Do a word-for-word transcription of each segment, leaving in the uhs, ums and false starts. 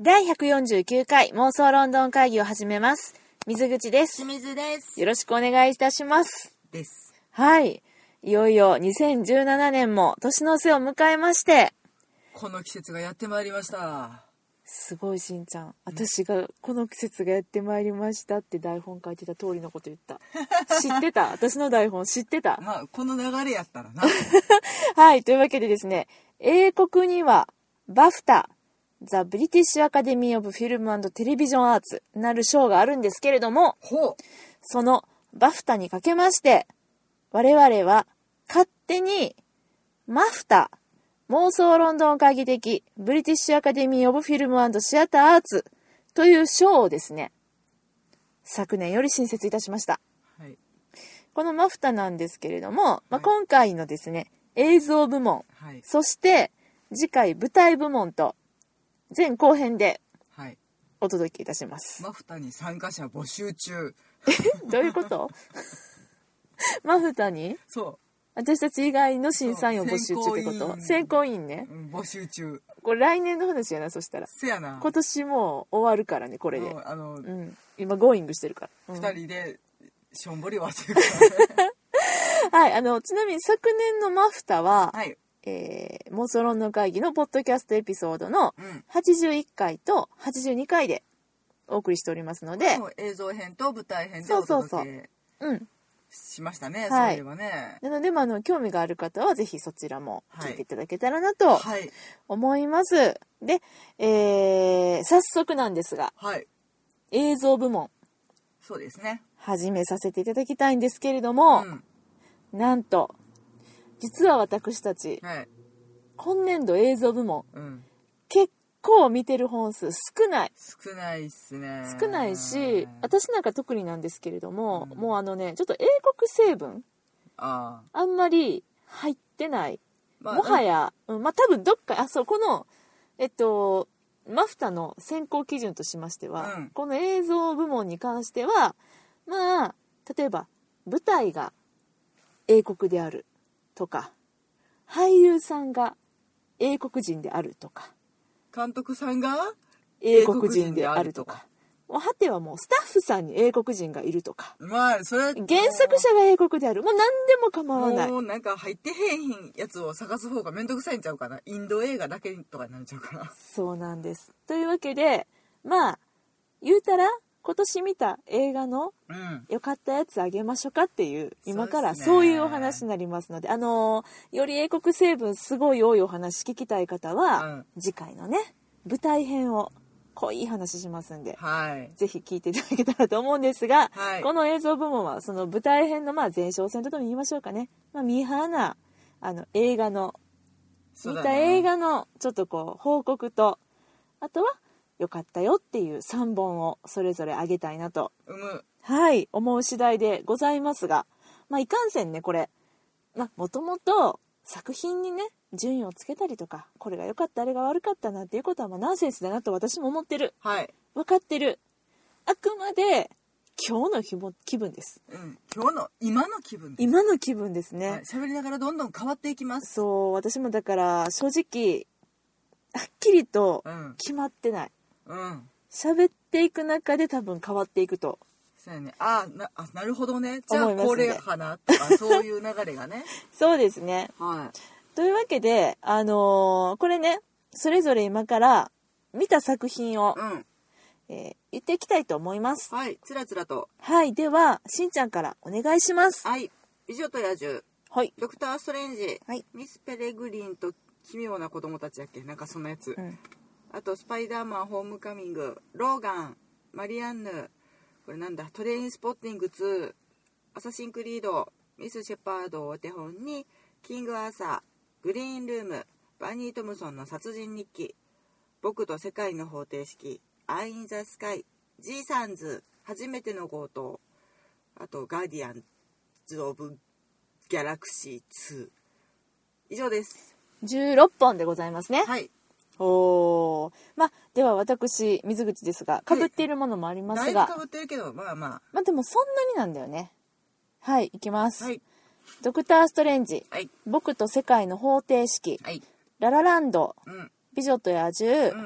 だいひゃくよんじゅうきゅうかい妄想ロンドン会議を始めます。水口です。 清水です。 よろしくお願いいたします。 です。 はい。いよいよにせんじゅうななねんも年の瀬を迎えまして、 この季節がやってまいりました。 すごいしんちゃん、私がこの季節がやってまいりましたって台本書いてた通りのこと言った。知ってた？私の台本知ってた？ まあこの流れやったらな。 はい、というわけでですね、英国にはバフタ、ザ・ブリティッシュ・アカデミー・オブ・フィルム・テレビジョン・アーツなる賞があるんですけれども、 ほう。 そのバフタにかけまして、我々は勝手にマフタ、妄想ロンドン会議的ブリティッシュ・アカデミー・オブ・フィルム・シアター・アーツという賞をですね、昨年より新設いたしました。 はい、 このマフタなんですけれども、はい、まあ、今回のですね、映像部門、はい、そして次回舞台部門と前後編でお届けいたします。 はい、マフタに参加者募集中。 どういうこと？マフタに？ そう。 私たち以外の審査員を募集中ってこと？選考委員ね、 うん、募集中。 これ来年の話やな。そしたらせやな、 今年もう終わるからね、これで。 あの、うん、 今ゴーイングしてるから、 うん、ふたりでしょんぼり忘れるからね。 はい、あのちなみに昨年のマフタは、 はい、 えー、妄想論の会議のポッドキャストエピソードのはちじゅういっかいとはちじゅうにかいでお送りしておりますので、 うん、映像編と舞台編でお届けそうそうそう、うん、しましたね。 はい、 それはね。 なので、まあ、あの興味がある方はぜひそちらも聞いていただけたらなと思います。はい、で、えー、早速なんですが、 はい、 映像部門、 そうですね、 始めさせていただきたいんですけれども、うん、なんと実は私たち、はい、今年度映像部門、うん、結構見てる本数少ない少ないっすね。 少ないし、私なんか特になんですけれども、うん、もうあのね、ちょっと英国成分 あ, あんまり入ってない、まあ、もはや、うん、まあ多分どっか、あ、そう、このえっとマフタの選考基準としましては、うん、この映像部門に関しては、まあ例えば舞台が英国であるとか、俳優さんが英国人であるとか、 監督さんが英国人であるとか、果てはもうスタッフさんに英国人がいるとか、 まあそれ原作者が英国である、もう何でも構わない。 もうなんか入ってへんやつを探す方がめんどくさいんちゃうかな。インド映画だけとかになっちゃうから。 そうなんです。というわけで、まあ言うたら今年見た映画の良かったやつあげましょうかっていう、うん、今からそういうお話になりますので、あのー、より英国成分すごい多いお話聞きたい方は、うん、次回のね舞台編を濃い話しますんで、はい、ぜひ聞いていただけたらと思うんですが、はい、この映像部門はその舞台編のまあ前哨戦とでも言いましょうかね、まあ、ミーハーなあの映画の、見た映画のちょっとこう報告と、あとはよかったよっていうさんぼんをそれぞれあげたいなと、 うむ、 はい思う次第でございますが、まあいかんせんね、これまあもともと作品にね順位をつけたりとか、これが良かったあれが悪かったなっていうことはまあナンセンスだなと私も思ってる、 はい、 分かってる。あくまで今日の気分です、 うん、今日の今の気分です。 今の気分ですね。 喋、はい、りながらどんどん変わっていきます。 そう、私もだから正直はっきりと決まってない、うん、喋っていく中で多分変わっていくと。 そうやね、あなあ、なるほどね、じゃあこれかなとかそういう流れがねそうですね、はい、というわけで、あのー、これね、それぞれ今から見た作品を、うんえー、言っていきたいと思います。 はい、つらつらと。 はい、ではしんちゃんからお願いします。 はい、美女と野獣、 はい、 ドクターストレンジ、 はい、 ミス・ペレグリンと奇妙な子供たちやっけ、なんかそんなやつ、うん、あとスパイダーマンホームカミング、ローガン、マリアンヌ、これなんだ、トレインスポッティングツー、アサシンクリード、ミス・シェパードをお手本にキング・アーサー、グリーンルーム、バーニー・トムソンの殺人日記、僕と世界の方程式、アイ・イン・ザ・スカイ、ジーサンズ、初めての強盗、あとガーディアンズ・オブ・ギャラクシーツー、以上です。 じゅうろっぽんでございますね。 はい。 おー、まあでは私水口ですが、被っているものもありますが、 だいぶ被ってるけど、まあまあまあでもそんなになんだよね。はい、いきます、 はい、 ドクターストレンジ、 はい、 僕と世界の方程式、 はい、 ララランド、 うん、 美女と野獣、 うん、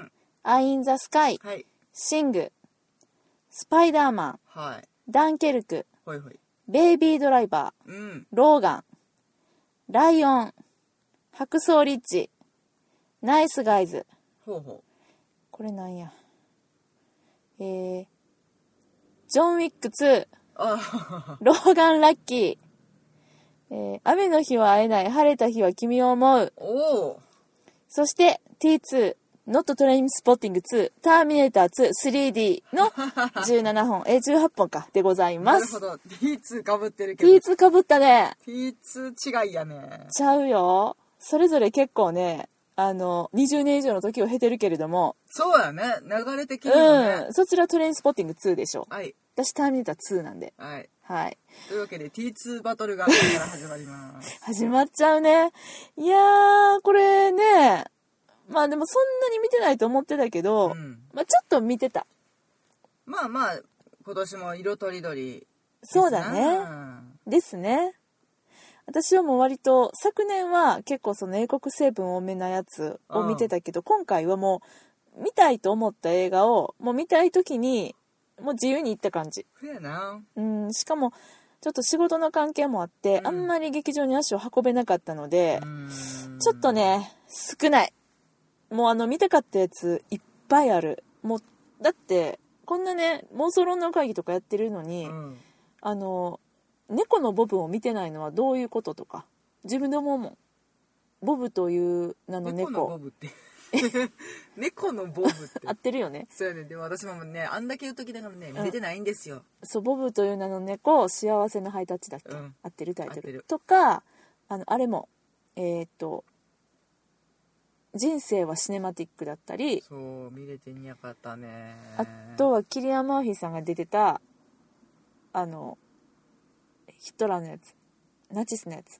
アイ・イン・ザ・スカイ、 はい、 シング、スパイダーマン、 はい、 ダンケルク、 ほいほい、 ベイビードライバー、 うん、 ローガン、ライオン、ハクソーリッジ、ナイスガイズ、 ほうほう、 これなんや、えー、ジョン・ウィックツー、 あローガン・ラッキー、えー、雨の日は会えない、晴れた日は君を思う、 おお、 そして ティーツー、ノットトレインスポッティングツー、ターミネーターツー、スリーディー のじゅうななほん、えー、じゅうはっぽんか、でございます。 なるほど、ティーツー かぶってるけど。 ティーツー かぶったね。 ティーツー 違いやね。 ちゃうよ。それぞれ結構ね、あの、にじゅうねん以上の時を経てるけれども。 そうやね、流れ的にもね。 うん、そちらトレインスポッティングツーでしょ。 はい。 私ターミネーターツーなんで。 はい。 はい。 というわけで ティーツー バトルがこれから始まります。 始まっちゃうね。いやー、これね、まあでもそんなに見てないと思ってたけど、うん、まあちょっと見てた。 まあまあ、今年も色とりどり。 そうだね。ですね。私はもう割と、昨年は結構その英国成分多めなやつを見てたけど、うん、今回はもう、見たいと思った映画を、もう見たい時に、もう自由に行った感じ。 そうやな。 うん、しかも、ちょっと仕事の関係もあって、うん、あんまり劇場に足を運べなかったので、ちょっとね、少ない。もうあの見たかったやついっぱいある。もうだってこんなね妄想論の会議とかやってるのに、うん、あの猫のボブを見てないのはどういうこととか自分で思うもん。ボブという名の猫。 猫のボブって猫のボブって合ってるよね。 そうやね。でも私もねあんだけ言うときだからね見れてないんですよ、 うん、そうボブという名の猫幸せのハイタッチだっけ、うん、合ってるタイトルとかあのあれもえー、っと人生はシネマティックだったり、 そう見れてにやかったね。 あとはキリアン・マーフィーさんが出てたあのヒトラーのやつ、ナチスのやつ。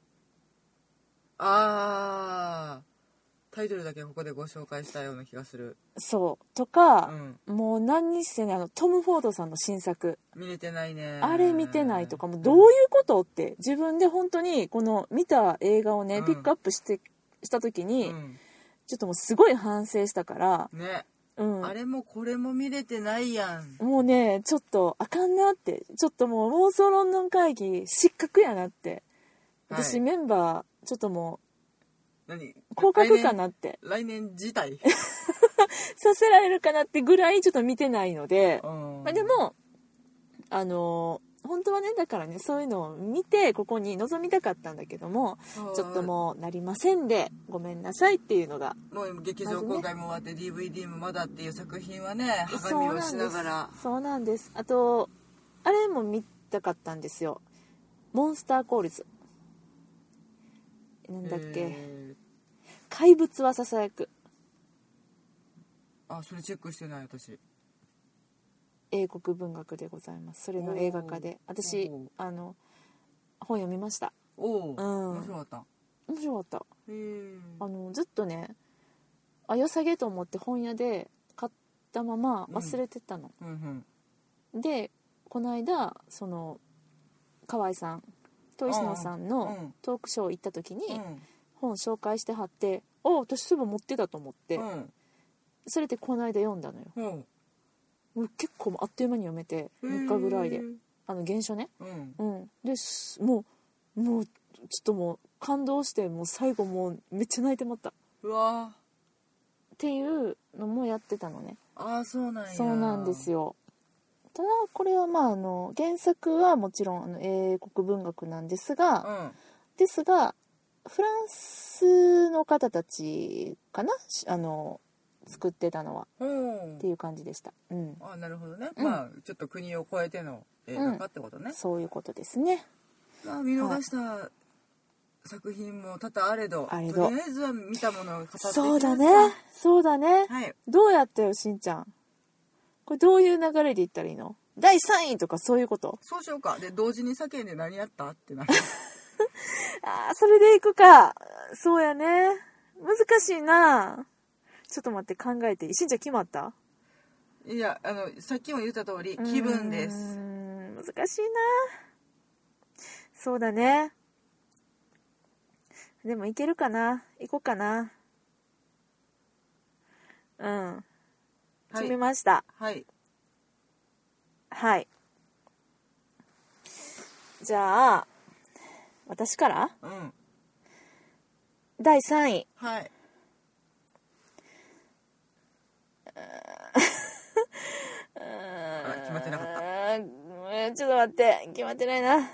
あータイトルだけここでご紹介したような気がする。 そうとか、うん、もう何にしてねあのトム・フォードさんの新作見れてないね。 あれ見てないとかもどういうことって自分で本当にこの見た映画をね、うん、ピックアップしてした時に、うん、ちょっともうすごい反省したからね、 うん、 あれもこれも見れてないやん。 もうねちょっとあかんなってちょっともう妄想ロンドン会議失格やなって私、はい、メンバーちょっともう何降格かなって来年自体させられるかなってぐらいちょっと見てないので、まあ、でもあのー本当はねだからねそういうのを見てここに臨みたかったんだけどもちょっともうなりませんでごめんなさいっていうのがもう劇場公開も終わって、ね、ディーブイディー もまだっていう作品はねはがみをしながらそうなんです。あとあれも見たかったんですよ。モンスターコールズなんだっけ怪物はささやく。 あそれチェックしてない私。 英国文学でございます。それの映画化で私あの本読みました。 おお、うん、面白かった。 面白かった。へあのずっとねあよさげと思って本屋で買ったまま忘れてたの、うんうんうん、でこの間その河合さんと石野さんのトークショー行った時に本紹介してはってあ私すぐ持ってたと思って、うん、それでこの間読んだのよ、うんもう結構あっという間に読めてみっかぐらいであの原書ね、うんうん、でもうもうちょっともう感動してもう最後もうめっちゃ泣いてまった。 うわっていうのもやってたのね。 ああそうなんや。 そうなんですよ。ただこれはまああの原作はもちろんあの英国文学なんですが、うん、ですがフランスの方たちかなあの作ってたのは、うん、っていう感じでした、うん、 あなるほどね、うん、まあちょっと国を越えての映画化ってことね、 うん、そういうことですね。 まあ見逃した作品も多々あれど、はい、とりあえずは見たものを語っていきますか。 そうだねそうだね、はい、どうやったよしんちゃんこれどういう流れで言ったらいいの。だいさんいとかそういうこと。そうしようか。で同時に叫んで何やったってなるあーそれでいくか。そうやね難しいな。ちょっと待って考えていい。しんちゃん決まった。 いやあのさっきも言った通り気分です。 うーん難しいな。そうだねでもいけるかな。行こうかな。うん決めました。 はいはい。じゃあ私から、 うん、 だいさんい。 はい。あ、決まってなかった。 ちょっと待って、決まってないな。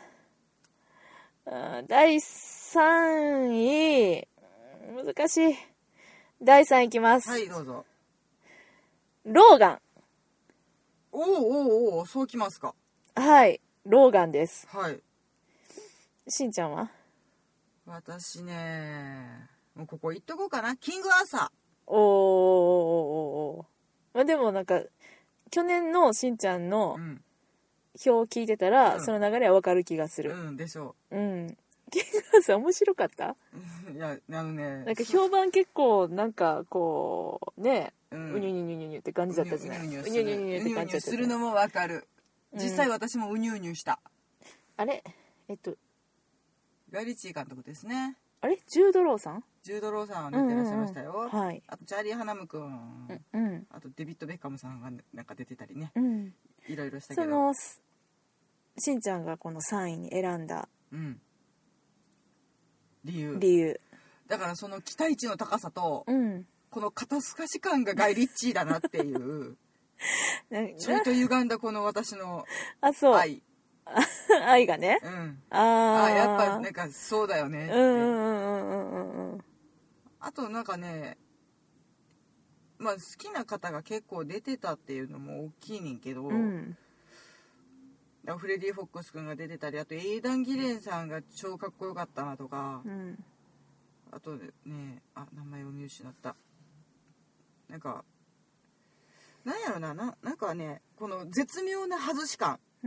だいさんい、難しい。だいさんいいきます。 はい、どうぞ。 ローガン。 おーおーおー、そうきますか。 はい、ローガンです。 はい。 しんちゃんは？ 私ね、もうここ言っとこうかな。キングアーサー。 おーおーおーおー。まあでもなんか去年のしんちゃんの表を聞いてたら、うん、その流れは分かる気がする。 うんでしょう。うん。キングアーサー面白かった？ いや、あのね、 なんか評判結構なんかこうね、うん、うにゅにゅにゅにゅにゅって感じだったじゃない。うにゅうにゅにゅにゅって感じだった。 するのも分かる。実際私もうにゅうにゅした。 あれえっとガイリッチー監督ですね。 あれジュードローさん？ ジュードローさんは出てらっしゃいましたよ。 うんうんうん、はい。 あとチャーリー・ハナム君、 うんうん、 あとデビッド・ベッカムさんがなんか出てたりね、 うん、 いろいろしたけど、 そのしんちゃんがこのさんいに選んだ、 うん、理由理由だからその期待値の高さと、 うん、 この肩透かし感がガイ・リッチーだなっていうちょいと歪んだこの私の愛。 あ、そう愛がね、 うん、 ああやっぱなんかそうだよねって、 うんうんうんうんうん、あとなんかね、まあ好きな方が結構出てたっていうのも大きいねんけど、うん、フレディ・フォックス君が出てたり、あとエイダン・ギレンさんが超かっこよかったなとか、うん、あとね、あ名前を見失った、なんかなんやろな、な、なんかね、この絶妙な外し感、うん、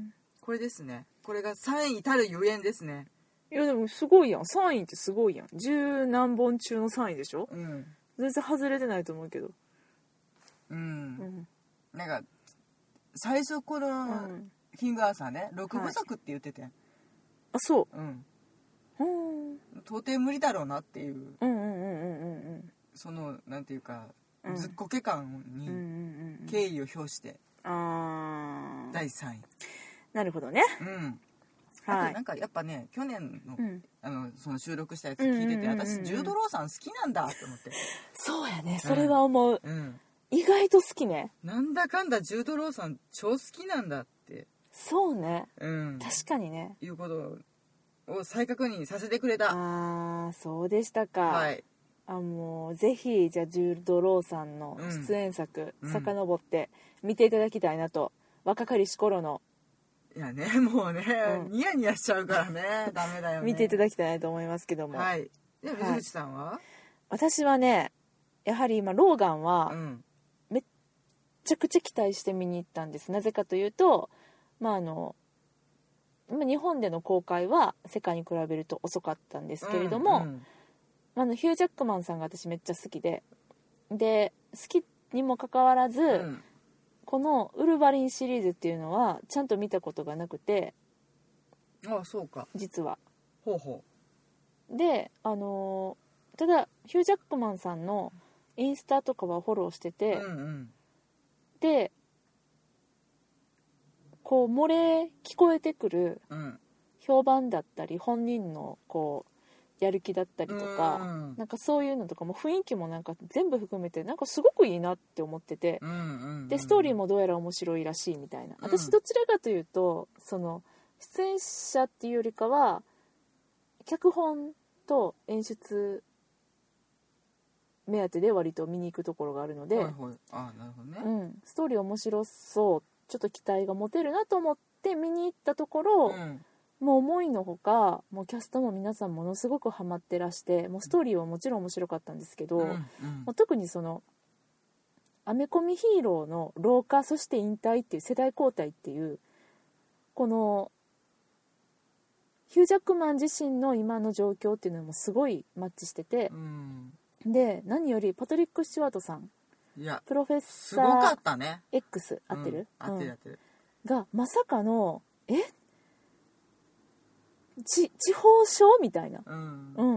これですね。これがさんいたるゆえんですね。 いやでもすごいやん、さんいってすごいやん。十何本中のさんいでしょ、うん、全然外れてないと思うけど、 うん、うん、なんか最初この、うん、キングアーサーね、ろくぶさくって言ってて、はい、 あ、そう、 うん、到底無理だろうなっていう、うんうんうんうんうん、そのなんていうか、うん、ずっこけ感に敬意を表して、うんうんうん、だいさんい。 なるほどね。 うん。あとなんかやっぱね、去年の、うん、あのその収録したやつ聞いてて、うんうんうんうん、私ジュード・ローさん好きなんだって思って。 そうやね、それは思う、うん、意外と好きね。 なんだかんだジュード・ローさん超好きなんだって。 そうね、 うん、 確かにね、 いうことを再確認させてくれた。 あー、そうでしたか。 はい。 あ、もうぜひじゃあジュード・ローさんの出演作、うん、遡って見ていただきたいなと、若かりし頃の、 いやね、もうね、うん、ニヤニヤしちゃうからね、ダメだよね。 見ていただきたいなと思いますけども。 はい。で、水口さんは？はい、 私はね、やはり今ローガンは、うん、めっちゃくちゃ期待して見に行ったんです。なぜかというと、まああの日本での公開は世界に比べると遅かったんですけれども、うんうん、あのヒュー・ジャックマンさんが私めっちゃ好きで、で好きにもかかわらず、うん、このウルヴァリンシリーズっていうのはちゃんと見たことがなくて、 ああ、そうか、 実は。 ほうほうで、あのー、ただヒュー・ジャックマンさんのインスタとかはフォローしてて、うんうん、でこう漏れ聞こえてくる評判だったり、本人のこうやる気だったりとか、うん、なんかそういうのとかも雰囲気もなんか全部含めてなんかすごくいいなって思ってて、うんうんうん、でストーリーもどうやら面白いらしいみたいな、うん、私どちらかというとその出演者っていうよりかは脚本と演出目当てで割と見に行くところがあるので、はいはい、 あ、なるほどね、 うん、ストーリー面白そう、ちょっと期待が持てるなと思って見に行ったところ、うん、もう思いのほかもうキャストも皆さんものすごくハマってらして、もうストーリーはもちろん面白かったんですけど、うんうん、もう特にそのアメコミヒーローの老化そして引退っていう世代交代っていうこのヒュー・ジャックマン自身の今の状況っていうのもすごいマッチしてて、うん、で何よりパトリック・スチュワートさん、 いやプロフェッサー X 合ってる、 うん、合ってる合ってる、 がまさかのえち地方症みたいな、うん、うん、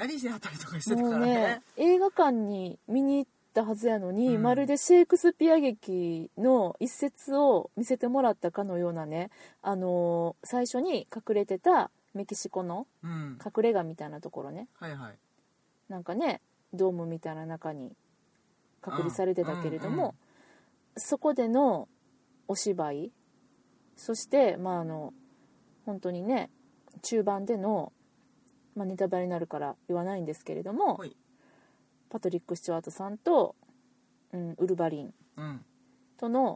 ぼんやりしてあったりとかしてたからね、 もうね、映画館に見に行っったはずやのに、 うん、 まるでシェイクスピア劇の一節を見せてもらったかのようなね、あのー、最初に隠れてたメキシコの隠れ家みたいなところね、 うんはいはい、 なんかねドームみたいな中に隔離されてたけれども、うんうんうん、そこでのお芝居、そしてまああの本当にね中盤での、まあ、ネタバレになるから言わないんですけれども、パトリック・スチュワートさんと、うん、ウルヴァリンとの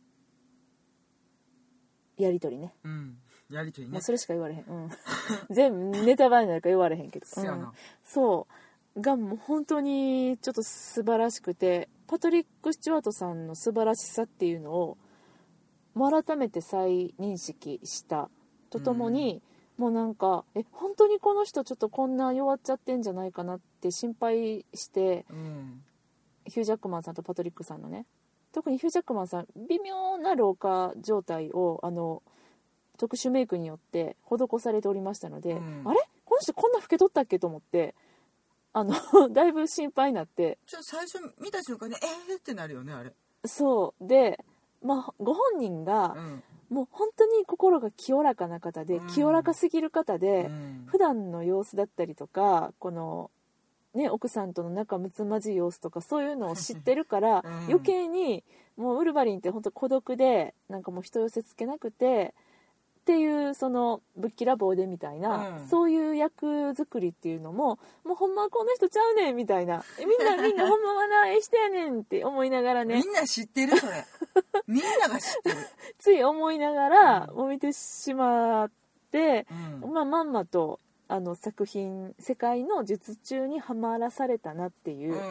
やり取りね、 うん、やり取りね、 もうそれしか言われへん、うん、全部ネタバレになるから言われへんけど、うん、そうがもう本当にちょっと素晴らしくて、パトリック・スチュワートさんの素晴らしさっていうのをもう改めて再認識したとともに、うん、もうなんかえ本当にこの人ちょっとこんな弱っちゃってんじゃないかなって心配して、うん、ヒュージャックマンさんとパトリックさんのね、特にヒュージャックマンさん微妙な老化状態をあの特殊メイクによって施されておりましたので、うん、あれこの人こんな老けとったっけと思って、あのだいぶ心配になって、 ちょっと最初見た瞬間にえーってなるよねあれ。 そうで、まあ、ご本人が、うんもう本当に心が清らかな方で、うん、清らかすぎる方で、うん、普段の様子だったりとかこの、ね、奥さんとの仲睦まじい様子とかそういうのを知ってるから、うん、余計にもうウルヴァリンって本当孤独でなんかもう人寄せつけなくてっていうそのぶっきらぼうでみたいな、うん、そういう役作りっていうのももうほんまはこの人ちゃうねんみたいな、みんなみんなほんまはなええ人やねんって思いながらね、 みんな知ってるそれみんなが知ってるつい思いながらもう見てしまって、うんまあ、まんまとあの作品世界の術中にはまらされたなっていう、うん、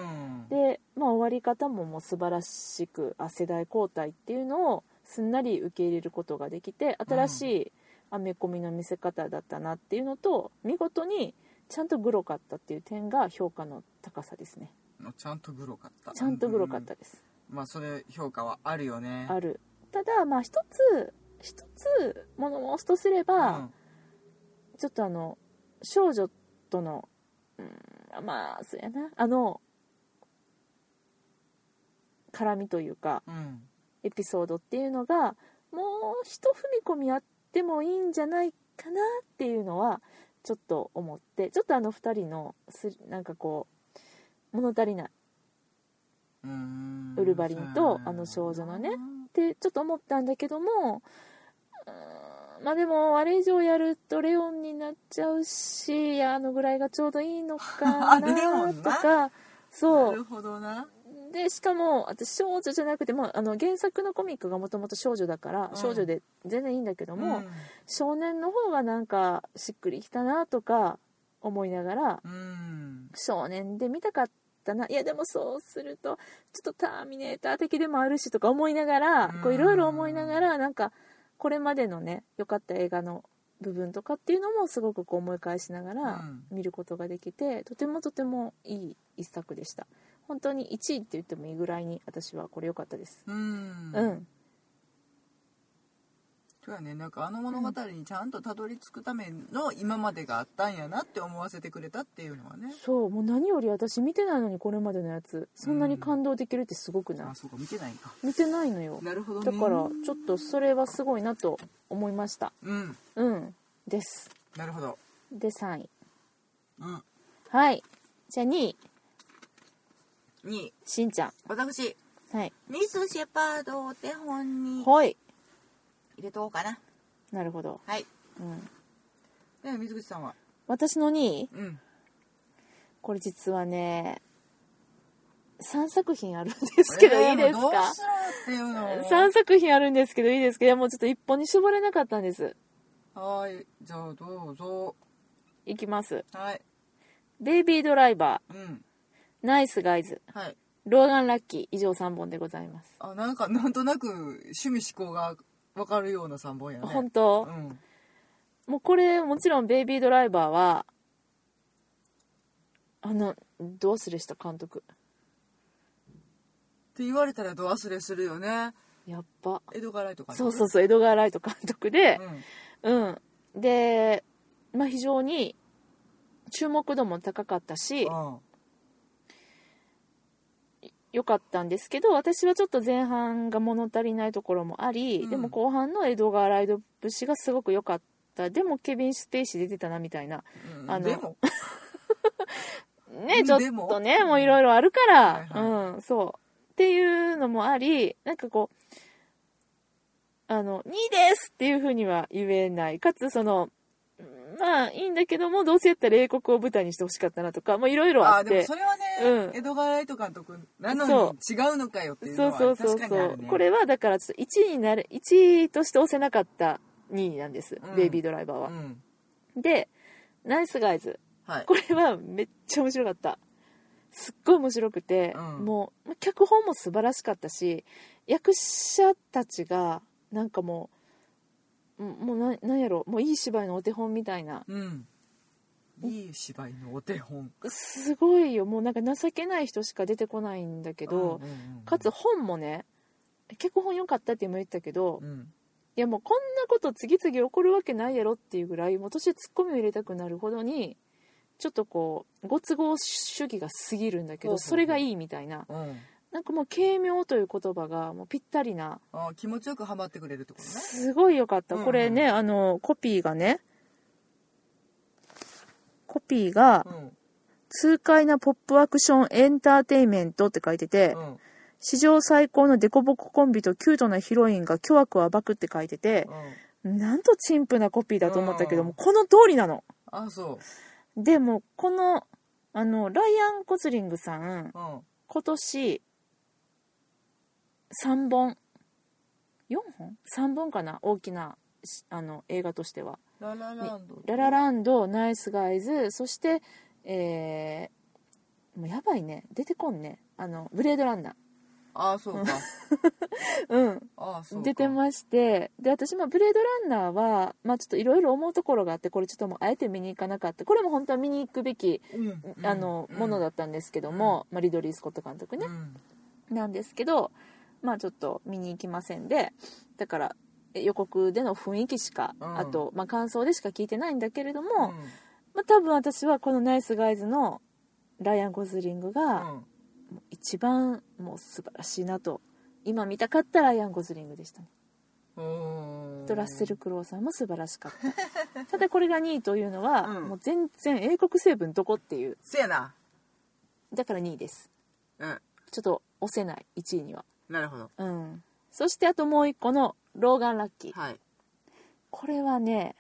で、まあ、終わり方ももう素晴らしくあ世代交代っていうのをすんなり受け入れることができて、新しいアメコミの見せ方だったなっていうのと、見事にちゃんとグロかったっていう点が評価の高さですね。 ちゃんとグロかったちゃんとグロかったです、 うん、まあそれ評価はあるよね。 ある。ただまあ一つ一つ物申すとすれば、うん、ちょっとあの少女との、うん、まあそうやなあの絡みというか、うん、エピソードっていうのがもう一踏み込みあってもいいんじゃないかなっていうのはちょっと思って、ちょっとあのふたりのすなんかこう物足りない、うーんウルヴァリンとあの少女のねってちょっと思ったんだけども、うーんまあでもあれ以上やるとレオンになっちゃうし、あのぐらいがちょうどいいのかなとかそうなるほどな。 でしかも私少女じゃなくてもあの原作のコミックがもともと少女だから、うん、少女で全然いいんだけども、うん、少年の方がなんかしっくりきたなとか思いながら、うん、少年で見たかったな、いやでもそうするとちょっとターミネーター的でもあるしとか思いながら、こういろいろ思いながらなんかこれまでのね良かった映画の部分とかっていうのもすごくこう思い返しながら見ることができて、とてもとてもいい一作でした。本当にいちいって言ってもいいぐらいに私はこれ良かったです。うんうんそうやね、なんかあの物語にちゃんとたどり着くための今までがあったんやなって思わせてくれたっていうのはね。 そうもう何より私見てないのにこれまでのやつそんなに感動できるってすごくない？ あそうか見てないんか。 見てないのよ。 なるほどね。 だからちょっとそれはすごいなと思いました。うんうんですなるほど。 でさんい、 うん、 はいじゃあにいにいしんちゃん。 私はいミス・シェパードを手本にはい入れとこうかな。 なるほど。 はい、うん、では水口さんは？ 私のにい、 うん、 これ実はねさんさく品あるんですけど、えー、いいですか？どうするっていうのさんさく品あるんですけどいいですか？いやもうちょっと一本に絞れなかったんです。 はいじゃあどうぞ。 いきます。 はい。 ベイビードライバー、 うん、 ナイスガイズ、 はい、 ローガンラッキー以上さんぼんでございます。 あなんかなんとなく趣味思考が分かるようなさんぼんやね。 本当、うん、もうこれもちろんベイビードライバーはあのど忘れした監督って言われたらど忘れするよね。 やっぱエドガー・ライト監督。 そうそうそうエドガー・ライト監督で、うん、うん、で、まあ、非常に注目度も高かったし、 良かったんですけど、私はちょっと前半が物足りないところもあり、うん、でも後半のエドガー・ライド節がすごく良かった。でもケビン・スペイシー出てたなみたいな、 うん、あのでもね、ちょっとね、もういろいろあるから、はいはい、うん、そうっていうのもあり、なんかこうあのにいですっていう風には言えない。かつそのまあいいんだけども、どうせやったら英国を舞台にしてほしかったなとか、もういろいろあって。 あ、でもそれはね、うん、エドガー・ライト監督なのに違うのかよっていうのは確かにあるね。そうそうそうそう。 これはだからちょっといちいになる、いちいとして押せなかったにいなんです、うん、ベイビードライバーは、うん、でナイスガイズ、はい、これはめっちゃ面白かった。すっごい面白くて、うん、もう脚本も素晴らしかったし、役者たちがなんかもうもう な, なんやろもういい芝居のお手本みたいな、 うん、いい芝居のお手本すごいよ。もうなんか情けない人しか出てこないんだけど、うんうんうんうん、かつ本もね、脚本良かったっても言ったけど、うん、いやもうこんなこと次々起こるわけないやろっていうぐらい、もう年ツッコミを入れたくなるほどにちょっとこうご都合主義が過ぎるんだけど、それがいいみたいな、うん、なんかもう軽妙という言葉がもうぴったりな、 あ、気持ちよくハマってくれるってことね。 すごい良かった、うんうん、これね、あのコピーがねコピーが、うん、痛快なポップアクションエンターテイメントって書いてて、うん、史上最高のデコボココンビとキュートなヒロインが巨悪を暴くって書いてて、うん、なんと陳腐なコピーだと思ったけども、うん、この通りなの。 あ、そう。 でもこのあのライアン・ゴズリングさん、うん、今年さんぼんよんほんさんぼんかな、大きなあの映画としてはララランド、 ララランド、ナイスガイズ、そして、えー、もうやばいね、出てこんね、あのブレードランナー。 ああ、そうか。 うん、ああ、そうか。出てまして、で私もブレードランナーはまあちょっといろいろ思うところがあって、これちょっともうあえて見に行かなかった。これも本当は見に行くべき、うん、あの、うん、ものだったんですけども、うん、まあ、リドリー・スコット監督ね、うん、なんですけど、まあちょっと見に行きませんで、だから予告での雰囲気しか、うん、あと、まあ、感想でしか聞いてないんだけれども、うん、まあ、多分私はこのナイスガイズのライアン・ゴズリングが、うん、もう一番もう素晴らしいなと今見たかったライアン・ゴズリングでしたね。とラッセル・クロウさんも素晴らしかったただこれがにいというのは、うん、もう全然英国成分どこっていう、 せやな、 だからにいです、 うん、 ちょっと押せないいちいには。 なるほど、 うん、そしてあともう一個のローガン・ラッキー、 はい、 これはね、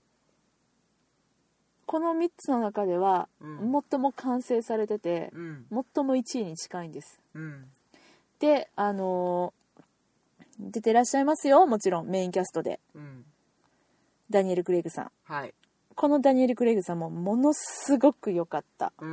このみっつの中では、うん、最も完成されてて、うん、最もいちいに近いんです、うん、で、あのー、出てらっしゃいますよ、もちろんメインキャストで、うん、ダニエル・クレイグさん、 はい、 このダニエル・クレイグさんもものすごく良かった、 うん、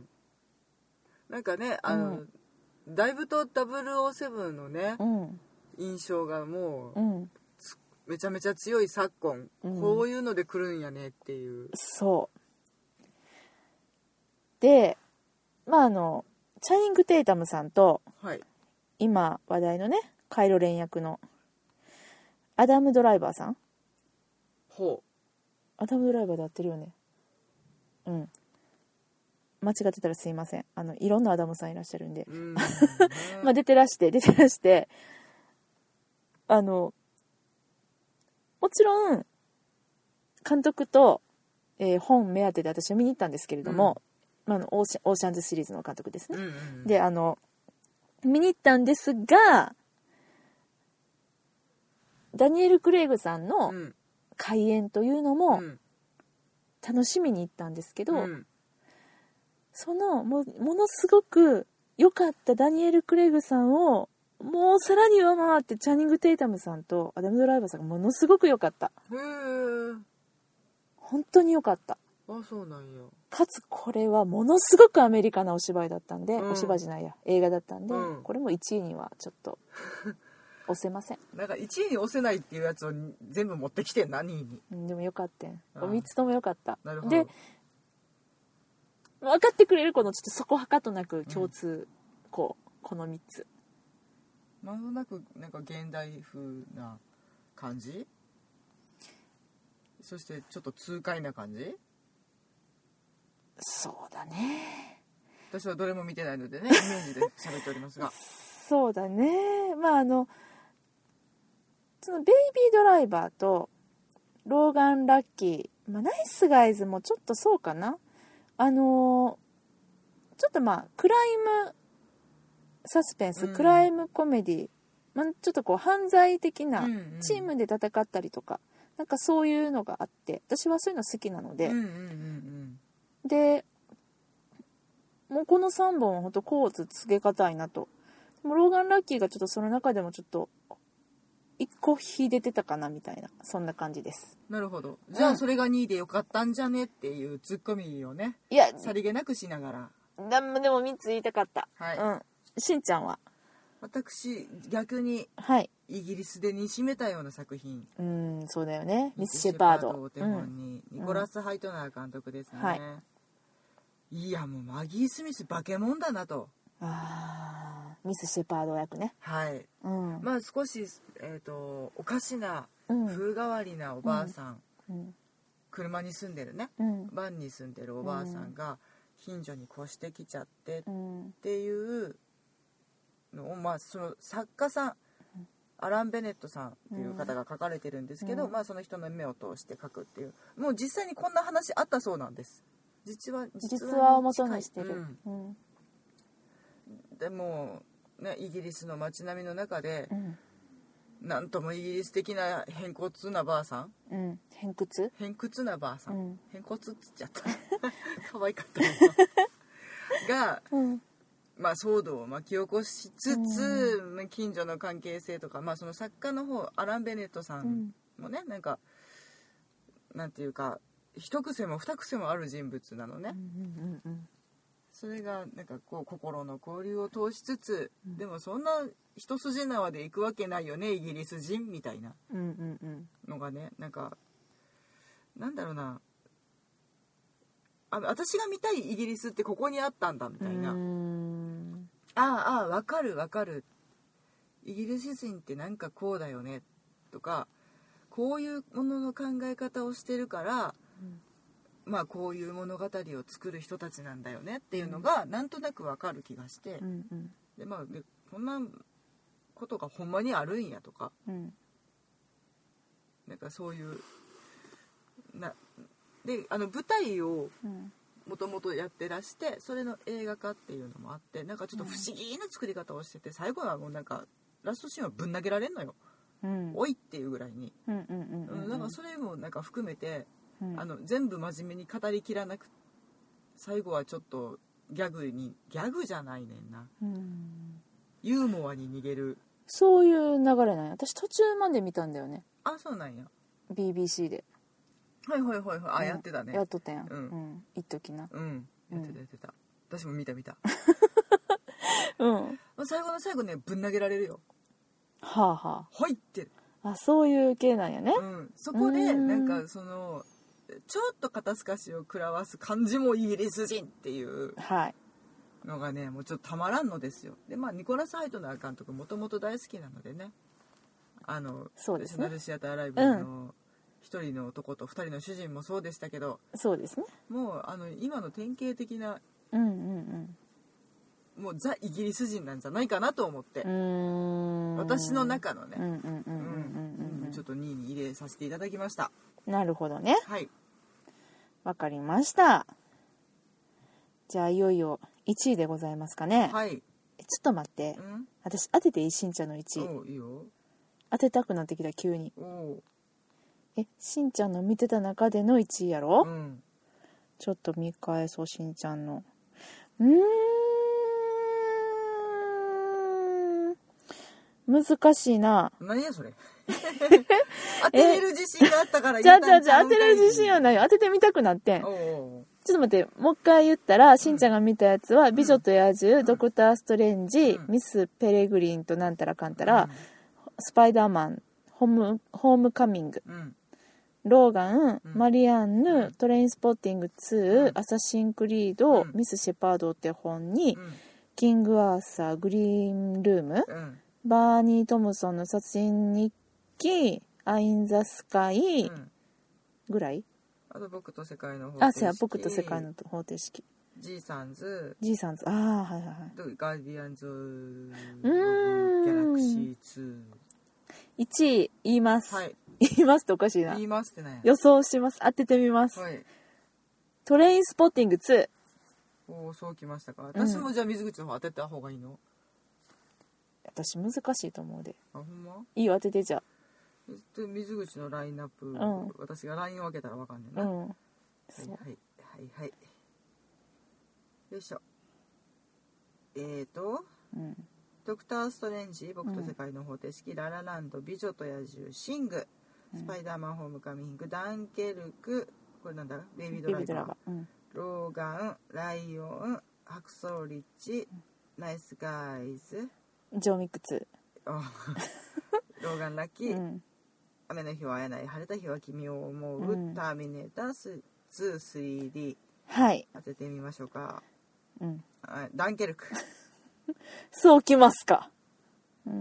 なんかね、あの、うん、だいぶとダブルオーセブンのね、うん、印象がもう、うん、めちゃめちゃ強い昨今、うん、こういうので来るんやねっていう。 そうで、まああのチャニング・テイタムさんと、はい、今話題のねカイロレン役のアダム・ドライバーさん、 ほう、 アダム・ドライバーで合ってるよね、うん、間違ってたらすいません、あのいろんなアダムさんいらっしゃるんで、うん、まあ出てらして出てらしてあのもちろん監督と、えー、本目当てで私は見に行ったんですけれども、うん、あのオーシャン、オーシャンズシリーズの監督ですね、うんうんうん、であの見に行ったんですが、ダニエル・クレイグさんの開演というのも楽しみに行ったんですけど、うん、その も, ものすごく良かったダニエル・クレイグさんをもうさらに上回ってチャニング・テイタムさんとアダム・ドライバーさんがものすごく良かった。 へー、 本当に良かった。 あ、そうなんや。 かつこれはものすごくアメリカなお芝居だったんで、うん、お芝居じゃないや映画だったんで、うん、これもいちいにはちょっと押せませんなんかいちいに押せないっていうやつを全部持ってきてんな、にいに。 でもよかったん、みっつともよかった。 なるほど。 で分かってくれるこのちょっとそこはかとなく共通、うん、こうこのみっつなんとなくなんか現代風な感じ、そしてちょっと痛快な感じ。 そうだね。 私はどれも見てないのでね、イメージで喋っておりますが。 そうだね。まああのそのベイビードライバーとローガン・ラッキー、まあ、ナイスガイズもちょっとそうかな。あのー、ちょっとまあクライムサスペンス、うん、クライムコメディ、まあ、ちょっとこう犯罪的なチームで戦ったりとか、うんうん、なんかそういうのがあって、私はそういうの好きなので、うんうんうんうん、でもうこのさんぼんは本当コーツつけがたいなと。でもローガン・ラッキーがちょっとその中でもちょっと一個秀でてたかなみたいな、そんな感じです。 なるほど。じゃあそれがにいでよかったんじゃねっていうツッコミをね、 いやさりげなくしながら。 でもみっつ言いたかった。はい。うん。しんちゃんは？ 私逆にイギリスでにしめたような作品。 うん、そうだよね。ミス・シェパードを手本に、うん、ニコラス・ハイトナー監督ですね。はい。いやもうマギー・スミス化け物だなと。 あミス・シェパード役ね。 はい、うん、まあ少し、えーと、おかしな、うん、風変わりなおばあさん、うん、車に住んでるね、うん、バンに住んでるおばあさんが近所に越してきちゃってっていうのを、まあ、その作家さんアラン・ベネットさんっていう方が書かれてるんですけど、うん、まあ、その人の目を通して書くっていう、もう実際にこんな話あったそうなんです。実は実話を元にしてる、うんうんでも、ね、イギリスの街並みの中で、うん、なんともイギリス的な偏骨なばあさん、 うん、偏屈偏屈なばあさん、うん、偏骨っつっちゃった可愛かったが、うん、まあ、騒動を巻き起こしつつ、うん、近所の関係性とか、まあ、その作家の方アラン・ベネットさんもね、うん、なんかなんていうか一癖も二癖もある人物なのね、うんうんうん、それがなんかこう心の交流を通しつつ、うん、でもそんな一筋縄で行くわけないよねイギリス人みたいなのがね、なんかなんだろうな、あ私が見たいイギリスってここにあったんだみたいな、うーんああああ分かる分かる、イギリス人ってなんかこうだよねとか、こういうものの考え方をしてるから、うん、まあこういう物語を作る人たちなんだよねっていうのがなんとなく分かる気がして、うんうん、でまあでこんなことがほんまにあるんやとか、うん、なんかそういうなであの舞台をもともとやってらして、それの映画化っていうのもあって、なんかちょっと不思議な作り方をしてて、最後はもうなんかラストシーンはぶん投げられんのよ、うん、おいっていうぐらいに、なんかそれもなんか含めて、うん、あの全部真面目に語りきらなく、最後はちょっとギャグにギャグじゃないねんな、うん、ユーモアに逃げる、 そういう流れなんや。私途中まで見たんだよね。 あ、そうなんや。 ビービーシー ではいはいはいはい、あ、うん、やってたね、 やっとったやん、うん、うん、一時な、 うん、やってたやってた、うん、私も見た見たうん、 最後の最後ねぶん投げられるよ、 はあはあ、入ってる、 あ、そういう系なんやね、 うん、そこでなんかそのちょっと肩透かしを食らわす感じもイギリス人っていうのがね、もうちょっとたまらんのですよ。でまあニコラス・ハイトナー監督もともと大好きなのでね、あのそうですね、 ナショナルシアターライブの一人の男と二人の主人もそうでしたけど、 そうですね、 もうあの今の典型的な、 うんうんうん、もうザ・イギリス人なんじゃないかなと思って、うーん、私の中のね、ちょっとにいに入れさせていただきました。 なるほどね、 はい、 わかりました。じゃあいよいよいちいでございますかね。 はい、ちょっと待って、うん、私当てていい？しんちゃんのいちい。 おう、いいよ。 当てたくなってきた急に。 おう、 え、しんちゃんの見てた中でのいちいやろ、 うん、 ちょっと見返そう、しんちゃんの。うーん、難しいな。 何やそれ当てれる自信があったから言ったんちゃう。じゃあじゃあ当てれる自信はないよ。当ててみたくなってん。 おうおう、 ちょっと待って、もう一回言ったら、しんちゃんが見たやつは、うん、美女と野獣、うん、ドクターストレンジ、うん、ミス・ペレグリンとなんたらかんたら、うん、スパイダーマン、ホーム、ホームカミング、うん、ローガン、うん、マリアンヌ、うん、トレインスポッティングツー、うん、アサシンクリード、うん、ミス・シェパードって本に、うん、キング・アーサー、グリーンルーム、うん、バーニー・トムソンの殺人日記、アイン・ザ・スカイ、うん、ぐらい、 あと僕と世界の方程式。 あ、そうや、僕と世界の方程式。 ジーサンズ、 ジーサンズ、ああはいはいはい。 ガーディアンズ・オブ・うーんギャラクシーツー。 いちい言います、 はい、 言いますっておかしいな。 言いますってね。 予想します。当ててみます、 はい、 トレインスポッティングツー。 おお、そうきましたか。私もじゃあ水口の方当てた方がいいの？ 私難しいと思うで。 あ、ほんま？ いいよ、当てて。じゃあ水口のラインナップ、うん、私がラインを開けたらわかんねえな。うん、はいはいはいはい。よいしょ。えーと、うん、ドクター・ストレンジ、僕と世界の方程式、うん、ララランド、美女と野獣、シング、スパイダーマンホームカミング、ダンケルク、これなんだ、ベイビードライバー、うん、ローガン、ライオン、ハクソーリッチ、うん、ナイスガイズ、 ジョーミックツー、 ローガンラッキー、うん、雨の日は会えない、晴れた日は君を思う、うん、ターミネーターツー、スリーディー、はい、当ててみましょうか。うん、ダンケルクそうきますか。うん、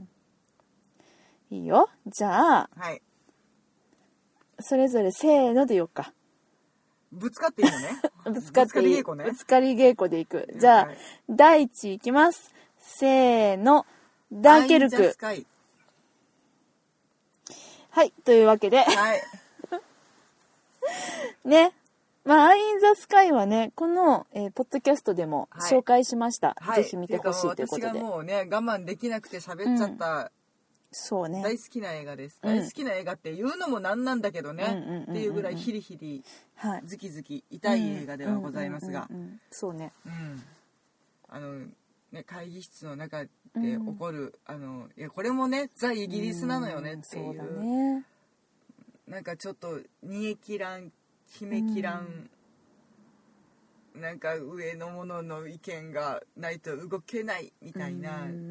いいよ。じゃあ、はい、それぞれせーので言おうか。 ぶつかっていいのね。 ぶつかっていい。ぶつかり稽古ね。ぶつかり稽古でいく。じゃあ、はい、第一いきます。せーの、ダンケルク。はい、というわけで、はい、ね。まあ、アイ・イン・ザ・スカイはね、この、えー、ポッドキャストでも紹介しました。はい、ぜひ見てほしいということで。 私がもうね、我慢できなくて喋っちゃった、うん、 そうね。 大好きな映画です。うん、大好きな映画って言うのもなんなんだけどね、っていうぐらいヒリヒリ、はい、ズキズキ痛い映画ではございますが。 そうね。 うん。あの、ね、会議室の中で起こる、うん、あの、いや、これもね、ザ・イギリスなのよねっていう。うん、そうだね。なんかちょっと、煮え切らん、決めきらん、うん、なんか上の者の意見がないと動けないみたいな、うんうんうん、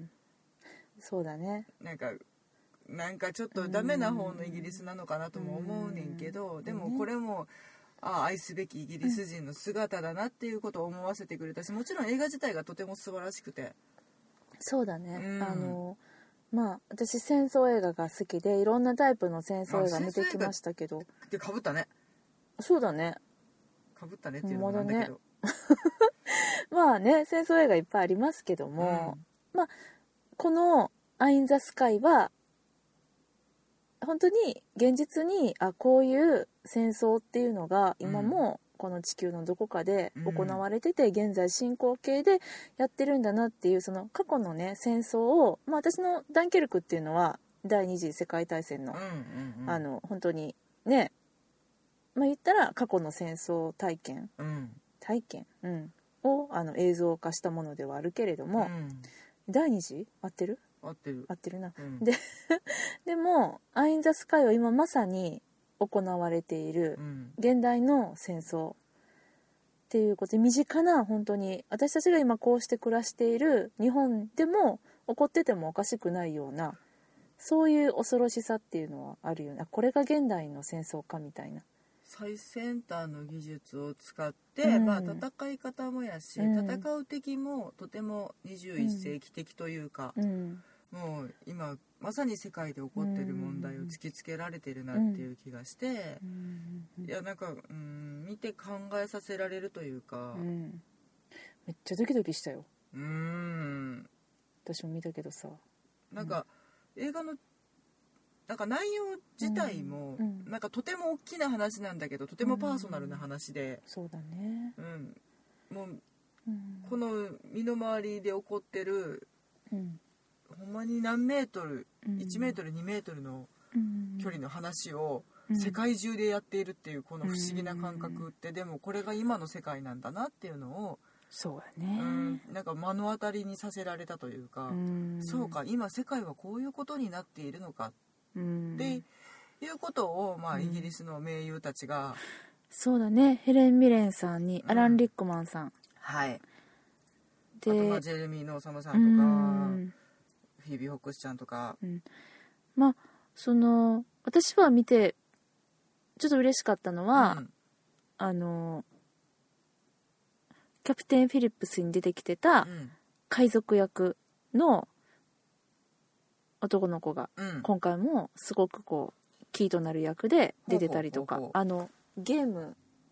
そうだね。 なんかなんかちょっとダメな方のイギリスなのかなとも思うねんけど、でもこれもああ愛すべきイギリス人の姿だなっていうことを思わせてくれたし、もちろん映画自体がとても素晴らしくて。 そうだね、うん、あのまあ私戦争映画が好きでいろんなタイプの戦争映画見てきましたけど。 でかぶったね。 そうだね。 かぶったねっていうのもなんだけど、ね、 まあね、戦争映画いっぱいありますけども、うん、まあこのアイ・イン・ザ・スカイは本当に現実にあこういう戦争っていうのが今もこの地球のどこかで行われてて、うん、現在進行形でやってるんだなっていう、その過去のね戦争を、まあ、私のダンケルクっていうのは第二次世界大戦の、うんうんうん、あの本当にね、まあ、言ったら過去の戦争体験、うん、体験、うん、をあの映像化したものではあるけれども、うん、第二次合ってる合ってる合ってるな、うん、ででもアイ・イン・ザ・スカイは今まさに行われている現代の戦争っていうことで、身近な本当に私たちが今こうして暮らしている日本でも起こっててもおかしくないような、そういう恐ろしさっていうのはあるよね。これが現代の戦争かみたいな。 最先端の技術を使って、うん、まあ、戦い方もやし、うん、戦う敵もとてもにじゅういっ世紀的というか、うん、もう今まさに世界で起こってる問題を突きつけられてるなっていう気がして、うん、いやなんか、うん、見て考えさせられるというか、うん、 めっちゃドキドキしたよ。 うーん、 私も見たけどさ、 なんか、うん、映画のなんか内容自体も、うんうん、なんかとても大きな話なんだけどとてもパーソナルな話で、 うん、そうだね、 うん、もう、うん、この身の回りで起こってる、うん、ほんまに何メートル、うん、いちメートルにメートルの距離の話を世界中でやっているっていうこの不思議な感覚って、でもこれが今の世界なんだなっていうのを、 そうやね、 うん、なんか目の当たりにさせられたというか、うん、そうか今世界はこういうことになっているのかっていうことを、まあ、イギリスの名優たちが、うん、 そうだね、ヘレン・ミレンさんにアラン・リックマンさん、うん、 はいで、あとまあジェレミー・ノーサムさんとか、うん、フィービー・ホックスちゃんとか、うん、 まあその私は見てちょっと嬉しかったのは、うん、あのキャプテン・フィリップスに出てきてた海賊役の男の子が、うん、今回もすごくこうキーとなる役で出てたりとか、ほうほうほう、あのゲーム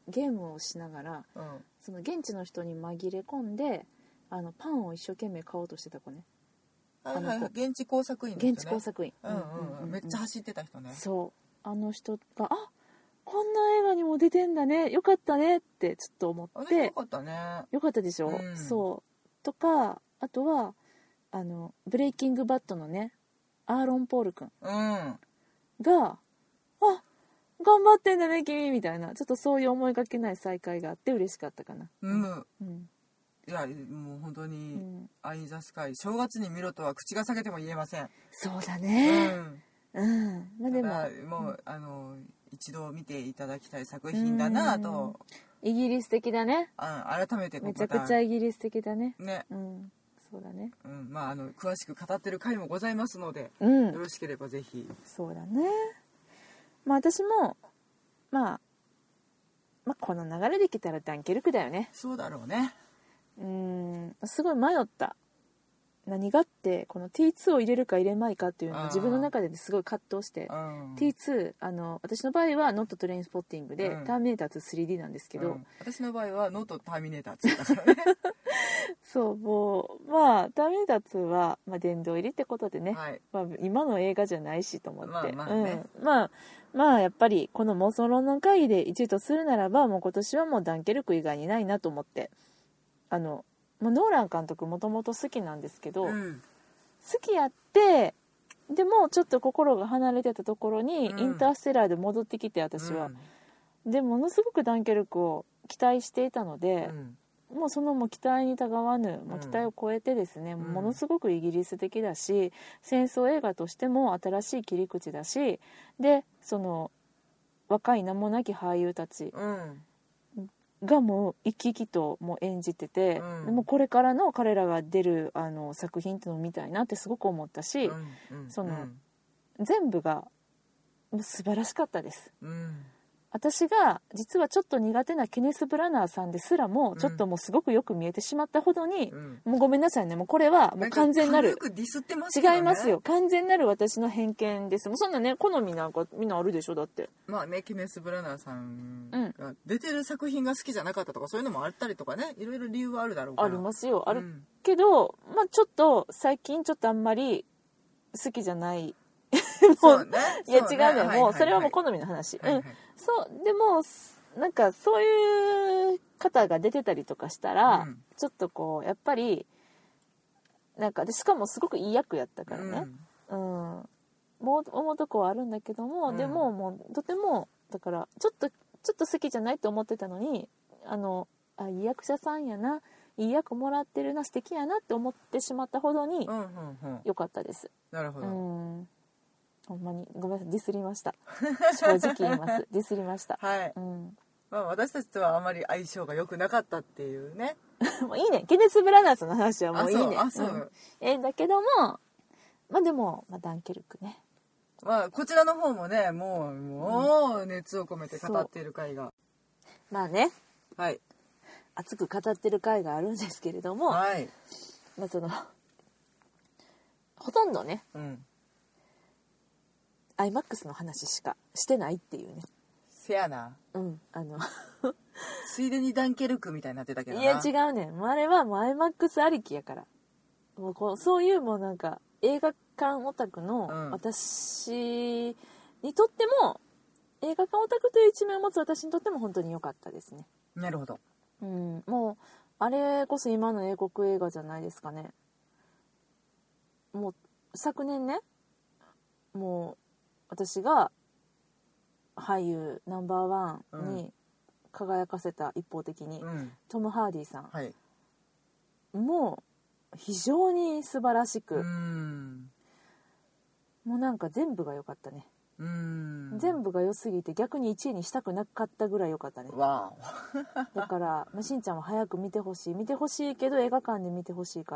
ゲームをしながら、 うん、 その現地の人に紛れ込んであのパンを一生懸命買おうとしてた子ね。 はいはいはい、現地工作員の人ね。 現地工作員、 うんうんうん、めっちゃ走ってた人ね。 そうあの人があこんな映画にも出てんだねよかったねってちょっと思って。 よかったね。よかったでしょ、うん、そうとかあとはあのブレイキングバッドのねアーロン・ポール君が、うん、あ頑張ってんだね君みたいなちょっとそういう思いがけない再会があって嬉しかったかな。 うん、うん、いやもう本当に、うん、アイ・ザ・スカイ正月に見ろとは口が裂けても言えません。 そうだねうん、うん、まあでももう、うん、あの一度見ていただきたい作品だなと。 イギリス的だね。 あ改めてめちゃくちゃイギリス的だね。 ね、 うん、そうだね。 うん、まああの詳しく語ってる回もございますので、うん、よろしければぜひ。 そうだね。まあ私もまあまあこの流れできたらダンケルクだよね。 そうだろうね。 うーんすごい迷った。何がってこの ティーツー を入れるか入れまいかっていうのを自分の中ですごい葛藤して ティーツー あの私の場合はノットトレインスポッティングで、うん、ターミネーターツー スリーディー なんですけど、うん、 私の場合はノットターミネーターツーだからねそうもうまあターミネーターツーは、まあ、殿堂入りってことでね、はいまあ、今の映画じゃないしと思ってまあまあ、ねうん、まあまあやっぱりこの妄想論の会議でいちいとするならばもう今年はもうダンケルク以外にないなと思ってあのもうノーラン監督もともと好きなんですけど、うん、好きやってでもちょっと心が離れてたところに、うん、インターステラーで戻ってきて私は、うん、でものすごくダンケルクを期待していたので、うん、もうそのもう期待にたがわぬ、もう期待を超えてですね、うん、ものすごくイギリス的だし戦争映画としても新しい切り口だしでその若い名もなき俳優たち、うんがもう生き生きともう演じてて、うん、でもこれからの彼らが出るあの作品っていうのを見たいなってすごく思ったし、うんうん、その、うん、全部がもう素晴らしかったです、うん、私が実はちょっと苦手なケネス・ブラナーさんですらもちょっともうすごくよく見えてしまったほどに、うん、もうごめんなさいねもうこれはもう完全なる軽くディスってますけどね、 違いますよ完全なる私の偏見ですもうそんなね好みなんかみんなあるでしょだってまあねケネス・ブラナーさんが出てる作品が好きじゃなかったとかそういうのもあったりとかねいろいろ理由はあるだろうからありますよある、うん、けどまあちょっと最近ちょっとあんまり好きじゃないもう、ね、いや違うね、はいはいはい、もうそれはもう好みの話、はいはい、うんそうでもなんかそういう方が出てたりとかしたら、うん、ちょっとこうやっぱりなんかでしかもすごくいい役やったからね、うん、うん、もう思うとこはあるんだけども、うん、でももうとてもだからちょっとちょっと好きじゃないと思ってたのにあのあいい役者さんやないい役もらってるな素敵やなって思ってしまったほどに良かったです、 うんうんうん、なるほど、 うんほんまにごめんなさいディスりました正直言いますディスりましたはい、うんまあ、私たちとはあまり相性が良くなかったっていうねもういいねケネス・ブラナーズの話はもういいねあそうあそう、うん、 えだけどもまあでも、まあ、ダンケルクねまあこちらの方もねもうもう熱を込めて語っている回が、 うん、まあねはい熱く語ってる回があるんですけれども、 はい、 まあそのほとんどね、うんアイマックス の話しかしてないっていうねせやなうんあのついでにダンケルクみたいになってたけどないや違うねんもうあれはもう アイマックス ありきやからもうこうそういうもうなんか映画館オタクの私にとっても、うん、映画館オタクという一面を持つ私にとっても本当に良かったですねなるほど、 うん、もうあれこそ今の英国映画じゃないですかねもう昨年ねもう私が俳優ナンバーワンに輝かせた一方的に、うん、トム・ハーディさん、はい、もう非常に素晴らしくうんもうなんか全部が良かったねうん全部が良すぎて逆にいちいにしたくなかったぐらい良かったねわだからしんちゃんは早く見てほしい見てほしいけど映画館で見てほしいから、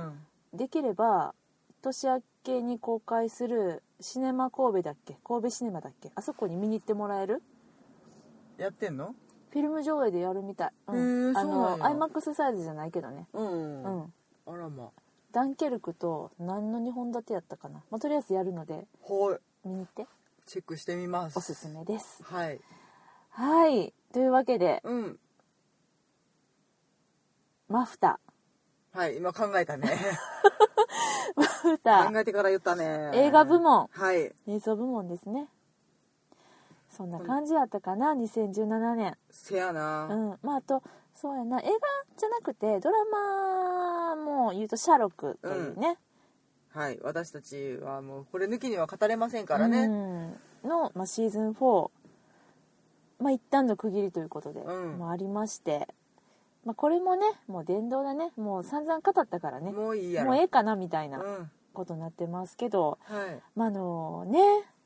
うん、できれば年明けに公開するシネマ神戸だっけ神戸シネマだっけあそこに見に行ってもらえるやってんのフィルム上映でやるみたい、うん、あの アイマックス サイズじゃないけどねうん、うん、 あらまダンケルクと何のにほん立てやったかな、まあ、とりあえずやるのではい見に行ってチェックしてみますおすすめですはいはいというわけで、 うん、 マフタはい今考えたねマフタ考えてから言ったね。 映画部門、 はい、 映像部門ですね。そんな感じやったかな、にせんじゅうななねん。 せやな。 うん、まああとそうやな、映画じゃなくてドラマも言うとシャーロックというね、 うん、はい、私たちはもうこれ抜きには語れませんからね、 うん、の、まあ、シーズンフォー、まあ、一旦の区切りということで、 うん、 もありまして、まあ、これもねもう殿堂だね、もう散々語ったからね、 もういいやろ、 もうええかなみたいなうんことになってますけど、 はい、 まああのね、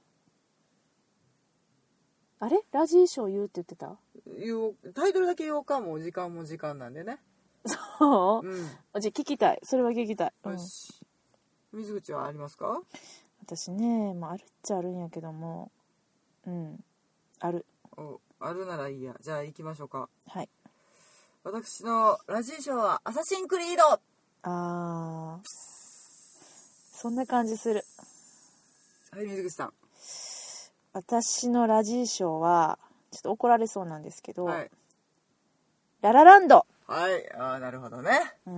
あれラジー賞言うって言ってた？ 言おう、タイトルだけ言おうか。もう時間も時間なんでね。 そう、 うん、 じゃあ聞きたい、それは聞きたい、 よし、うん、水口はありますか？ 私ね、まあ、あるっちゃあるんやけども、うんある。 お、あるならいいや。じゃあ行きましょうか。 はい。 私のラジー賞はアサシンクリード。 あー、そんな感じする。 はい、水口さん。 私のラジー賞はちょっと怒られそうなんですけど、 はい、 ララランド。 はい、あー、なるほどね。 うん。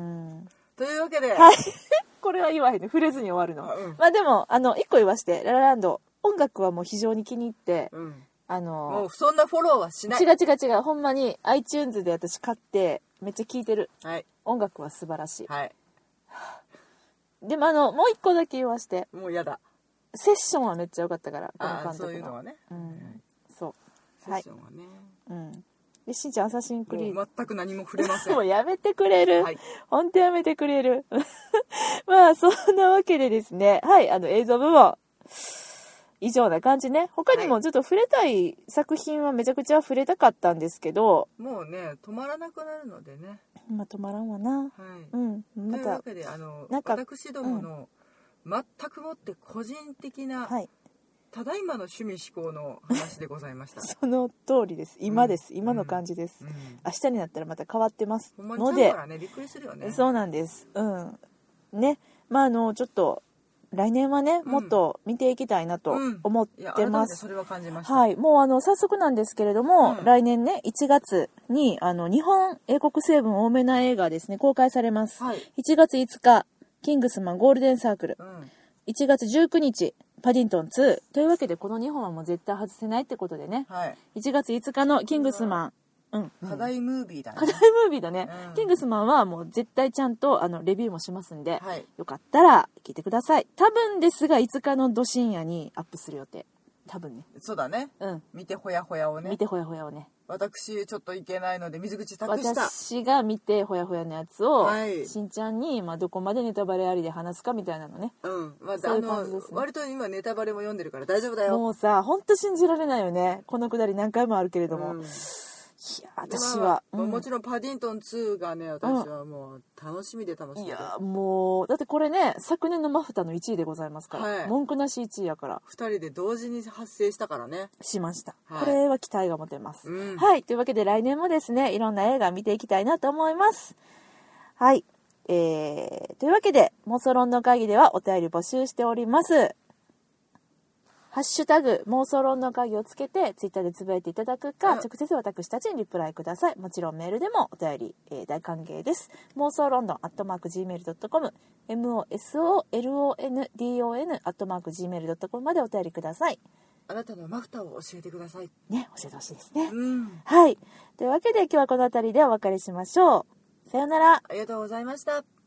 というわけで、 はいこれは言わへんね、触れずに終わるの。 あ、うん、 まあでもあの一個言わして、ララランド音楽はもう非常に気に入って、 うん、 あのもうそんなフォローはしない。 違う違う違う、ほんまに iTunes で私買ってめっちゃ聴いてる。 はい、 音楽は素晴らしい。 はい、 でもあのもう一個だけ言わして、 もうやだ。 セッションはめっちゃ良かったから、この監あ、 督の。 そういうのはね、 うん、そうセッションはね、 はい、うん。でしんちゃんアサシンクリードもう全く何も触れませんもうやめてくれる、 はい、 本当やめてくれるまあそんなわけでですね、はいあの映像部門以上な感じね。他にもちょっと触れたい作品はめちゃくちゃ触れたかったんですけど、 もうね止まらなくなるのでね、 まあ止まらんわな、 はい、 うんまたというわけで、あのなんか私どもの全くもって個人的な、 はい、 ただいまの趣味思考の話でございましたその通りです。今です、 うん、 今の感じです、 うん、 明日になったらまた変わってますほんまので、 にちゃうからね、びっくりするよね。 そうなんです。うんね、まああのちょっと来年はね、 うん、 もっと見ていきたいなと思ってます、うん、いや改めてそれは感じました。 はい、もうあの早速なんですけれども、 うん、 来年ねいちがつにあの日本英国成分多めな映画ですね公開されます、 はい、 いちがついつかキングスマンゴールデンサークル、うん、いちがつじゅうくにちパディントンツーというわけで、このにほんはもう絶対外せないってことでね、はい、いちがついつかのキングスマン、うん、 課題ムービーだね。 課題ムービーだね、うん、キングスマンはもう絶対ちゃんとあのレビューもしますんで、はい、よかったら聞いてください。多分ですがいつかのど深夜にアップする予定、多分ね。 そうだね、うん、見てほやほやをね、 見てほやほやをね。 私ちょっといけないので水口託した。 私が見てほやほやのやつを、 はい、 しんちゃんに、まあ、どこまでネタバレありで話すかみたいなのね、 うん、まあ、そういう感じですね。割と今ネタバレも読んでるから大丈夫だよ。 もうさほんと信じられないよね、このくだり何回もあるけれども、うん、いや私は、 まあうん、もちろんパディントンツーがね私はもう楽しみで楽しみで、 いやもうだってこれね昨年のマフタのいちいでございますから、はい、文句なしいちいやから、 ふたりで同時に発生したからね。 しました、はい、これは期待が持てます、 うん、 はいというわけで来年もですねいろんな映画見ていきたいなと思います。はい、えー、というわけで妄想論の会議ではお便り募集しております。ハッシュタグ妄想論の会議をつけてツイッターでつぶやいていただくか、うん、直接私たちにリプライください。もちろんメールでもお便り、えー、大歓迎です。妄想ロンドンアットマーク ジーメールドットコム モーソロンドン アットマーク ジーメールドットコム までお便りください。 あなたのマフターを教えてくださいね、教えてほしいですね、 うん、 はいというわけで今日はこの辺りでお別れしましょう。さようなら。 ありがとうございました。